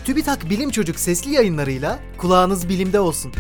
TÜBİTAK Bilim Çocuk sesli yayınlarıyla kulağınız bilimde olsun.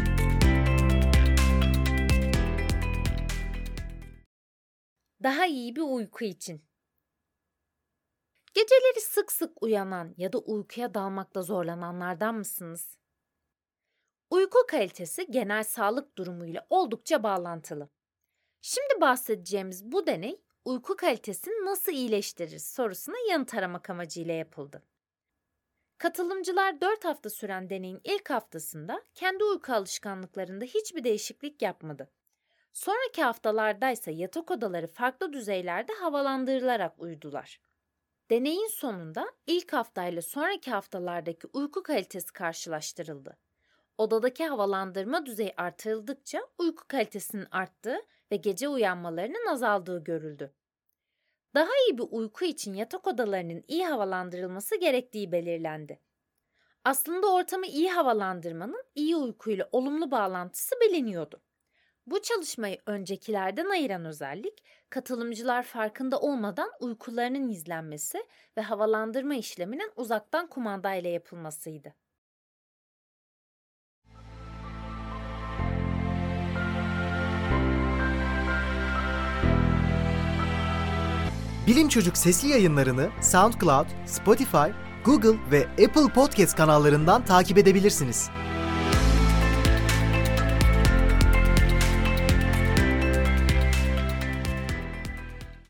Daha iyi bir uyku için. Geceleri sık sık uyanan ya da uykuya dalmakta zorlananlardan mısınız? Uyku kalitesi genel sağlık durumuyla oldukça bağlantılı. Şimdi bahsedeceğimiz bu deney, uyku kalitesini nasıl iyileştirir sorusuna yanıt aramak amacıyla yapıldı. Katılımcılar 4 hafta süren deneyin ilk haftasında kendi uyku alışkanlıklarında hiçbir değişiklik yapmadı. Sonraki haftalardaysa yatak odaları farklı düzeylerde havalandırılarak uyudular. Deneyin sonunda ilk haftayla sonraki haftalardaki uyku kalitesi karşılaştırıldı. Odadaki havalandırma düzeyi artırıldıkça uyku kalitesinin arttığı ve gece uyanmalarının azaldığı görüldü. Daha iyi bir uyku için yatak odalarının iyi havalandırılması gerektiği belirlendi. Aslında ortamı iyi havalandırmanın iyi uykuyla olumlu bağlantısı biliniyordu. Bu çalışmayı öncekilerden ayıran özellik, katılımcılar farkında olmadan uykularının izlenmesi ve havalandırma işleminin uzaktan kumandayla yapılmasıydı. Bilim Çocuk sesli yayınlarını SoundCloud, Spotify, Google ve Apple Podcast kanallarından takip edebilirsiniz.